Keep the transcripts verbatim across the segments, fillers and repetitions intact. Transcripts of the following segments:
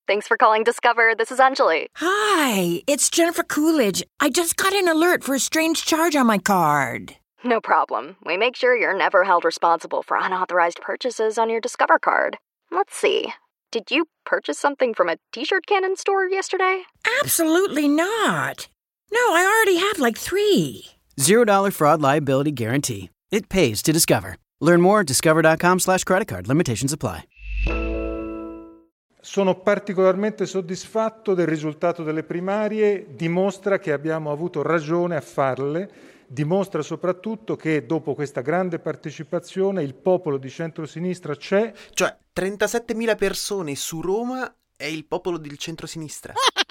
Thanks for calling Discover. This is Anjali. Hi, it's Jennifer Coolidge. I just got an alert for a strange charge on my card. No problem. We make sure you're never held responsible for unauthorized purchases on your Discover card. Let's see. Did you purchase something from a t-shirt cannon store yesterday? Absolutely not. No, I already have like three. Zero dollar fraud liability guarantee. It pays to Discover. Learn more at discover.com slash credit card. Limitations apply. Sono particolarmente soddisfatto del risultato delle primarie, dimostra che abbiamo avuto ragione a farle, dimostra soprattutto che dopo questa grande partecipazione il popolo di centrosinistra c'è. Cioè, trentasettemila persone su Roma è il popolo del centrosinistra.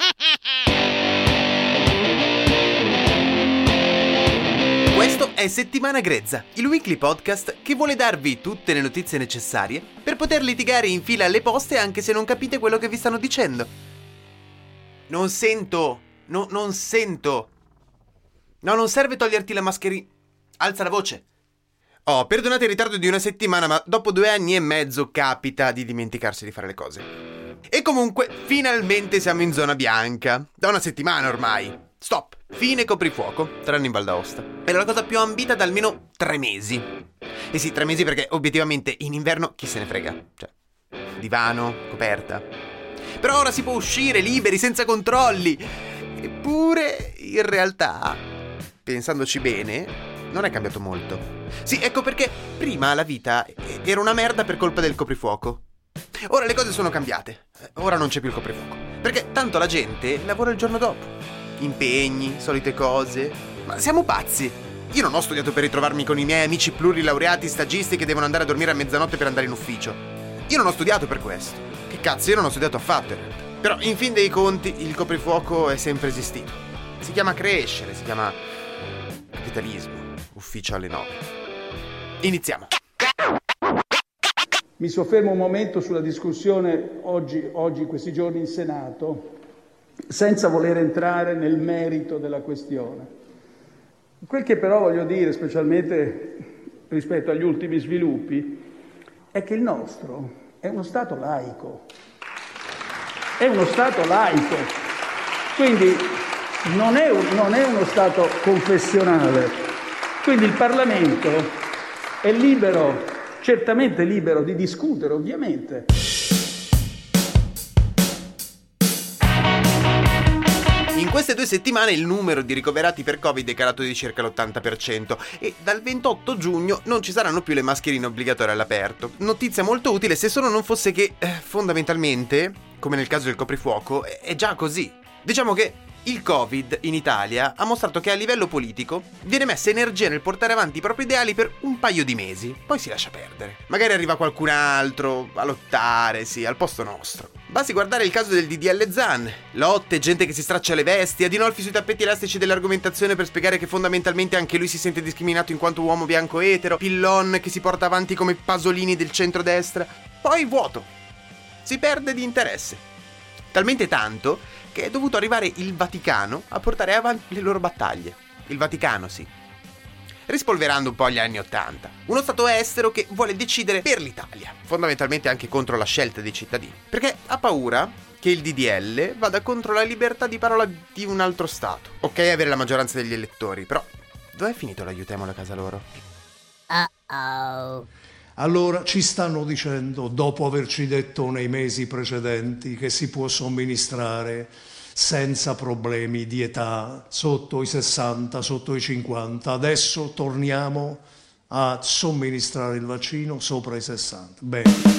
Questo è Settimana Grezza, il weekly podcast che vuole darvi tutte le notizie necessarie per poter litigare in fila alle poste anche se non capite quello che vi stanno dicendo. Non sento, no, non sento. No, non serve toglierti la mascherina. Alza la voce. Oh, perdonate il ritardo di una settimana, ma dopo due anni e mezzo capita di dimenticarsi di fare le cose. E comunque, finalmente siamo in zona bianca. Da una settimana ormai. Stop. Fine coprifuoco, tranne in Val d'Aosta. Era la cosa più ambita da almeno tre mesi. E sì, tre mesi perché obiettivamente in inverno chi se ne frega. Cioè, divano, coperta. Però ora si può uscire liberi, senza controlli. Eppure, in realtà, pensandoci bene, non è cambiato molto. Sì, ecco perché prima la vita era una merda per colpa del coprifuoco. Ora le cose sono cambiate. Ora non c'è più il coprifuoco. Perché tanto la gente lavora il giorno dopo. Impegni, solite cose. Ma siamo pazzi. Io non ho studiato per ritrovarmi con i miei amici plurilaureati stagisti che devono andare a dormire a mezzanotte per andare in ufficio. Io non ho studiato per questo. Che cazzo, io non ho studiato affatto in realtà. Però in fin dei conti il coprifuoco è sempre esistito. Si chiama crescere, si chiama capitalismo. Ufficio alle nove. Iniziamo. Mi soffermo un momento sulla discussione oggi, oggi questi giorni in Senato, senza voler entrare nel merito della questione. Quel che però voglio dire, specialmente rispetto agli ultimi sviluppi, è che il nostro è uno Stato laico. È uno Stato laico. Quindi non è, un, non è uno Stato confessionale. Quindi il Parlamento è libero, certamente libero di discutere, ovviamente. In queste due settimane il numero di ricoverati per Covid è calato di circa l'ottanta per cento e dal ventotto giugno non ci saranno più le mascherine obbligatorie all'aperto. Notizia molto utile se solo non fosse che, eh, fondamentalmente, come nel caso del coprifuoco, è già così. Diciamo che il Covid in Italia ha mostrato che a livello politico viene messa energia nel portare avanti i propri ideali per un paio di mesi, poi si lascia perdere. Magari arriva qualcun altro a lottare, sì, al posto nostro. Basti guardare il caso del D D L Zan, lotte, gente che si straccia le vesti, Adinolfi sui tappeti elastici dell'argomentazione per spiegare che fondamentalmente anche lui si sente discriminato in quanto uomo bianco etero, Pillon che si porta avanti come Pasolini del centrodestra, poi vuoto. Si perde di interesse. Talmente tanto che è dovuto arrivare il Vaticano a portare avanti le loro battaglie. Il Vaticano, sì. Rispolverando un po' gli anni Ottanta. Uno stato estero che vuole decidere per l'Italia, fondamentalmente anche contro la scelta dei cittadini. Perché ha paura che il D D L vada contro la libertà di parola di un altro stato. Ok, avere la maggioranza degli elettori, però dov'è finito l'aiutiamolo a casa loro? Uh-oh. Allora ci stanno dicendo, dopo averci detto nei mesi precedenti, che si può somministrare senza problemi di età, sotto i sessanta, sotto i cinquanta. Adesso torniamo a somministrare il vaccino sopra i sessanta. Bene.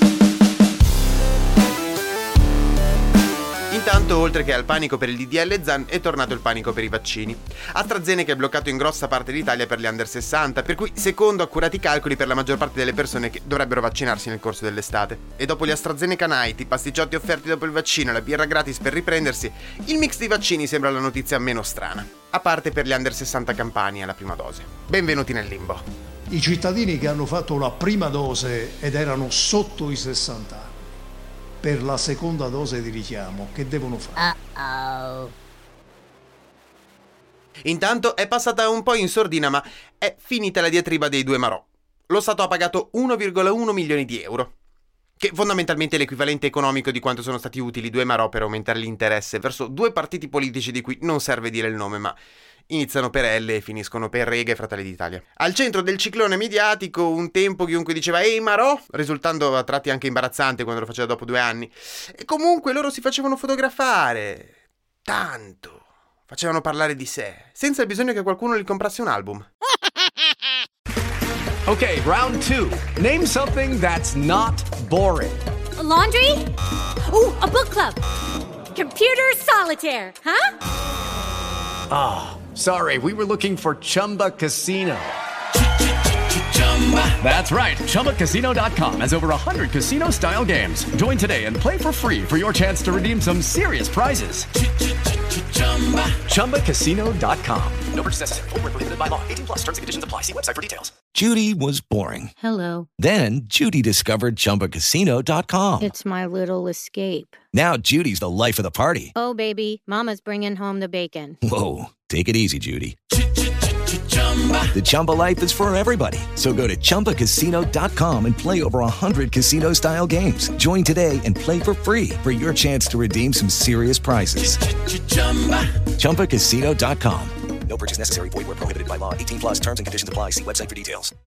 Intanto, oltre che al panico per il D D L Zan, è tornato il panico per i vaccini. AstraZeneca è bloccato in grossa parte d'Italia per gli under sessanta, per cui, secondo accurati calcoli, per la maggior parte delle persone che dovrebbero vaccinarsi nel corso dell'estate. E dopo gli AstraZeneca Night, i pasticciotti offerti dopo il vaccino e la birra gratis per riprendersi, il mix di vaccini sembra la notizia meno strana. A parte per gli under sessanta campani alla prima dose. Benvenuti nel limbo. I cittadini che hanno fatto la prima dose ed erano sotto i sessanta anni, per la seconda dose di richiamo, che devono fare? Uh-oh. Intanto è passata un po' in sordina, ma è finita la diatriba dei due Marò. Lo Stato ha pagato uno virgola uno milioni di euro. che fondamentalmente è l'equivalente economico di quanto sono stati utili due marò per aumentare l'interesse verso due partiti politici di cui non serve dire il nome, ma iniziano per L e finiscono per Lega e Fratelli d'Italia. Al centro del ciclone mediatico, un tempo chiunque diceva «Ehi Marò», risultando a tratti anche imbarazzante quando lo faceva dopo due anni. E comunque loro si facevano fotografare. Tanto. Facevano parlare di sé, senza il bisogno che qualcuno gli comprasse un album. Okay, round two. Name something that's not boring. A laundry? Ooh, a book club. Computer solitaire, huh? Ah, oh, sorry, we were looking for Chumba Casino. That's right, Chumba Casino dot com has over one hundred casino-style games. Join today and play for free for your chance to redeem some serious prizes. Chumba Casino dot com. No purchase necessary. Void where prohibited by law. eighteen plus terms and conditions apply. See website for details. Judy was boring. Hello. Then Judy discovered Chumba Casino dot com. It's my little escape. Now Judy's the life of the party. Oh, baby, mama's bringing home the bacon. Whoa, take it easy, Judy. The Chumba life is for everybody. So go to Chumba Casino dot com and play over one hundred casino-style games. Join today and play for free for your chance to redeem some serious prizes. Chumba Casino dot com. No purchase necessary. Void where prohibited by law. eighteen plus terms and conditions apply. See website for details.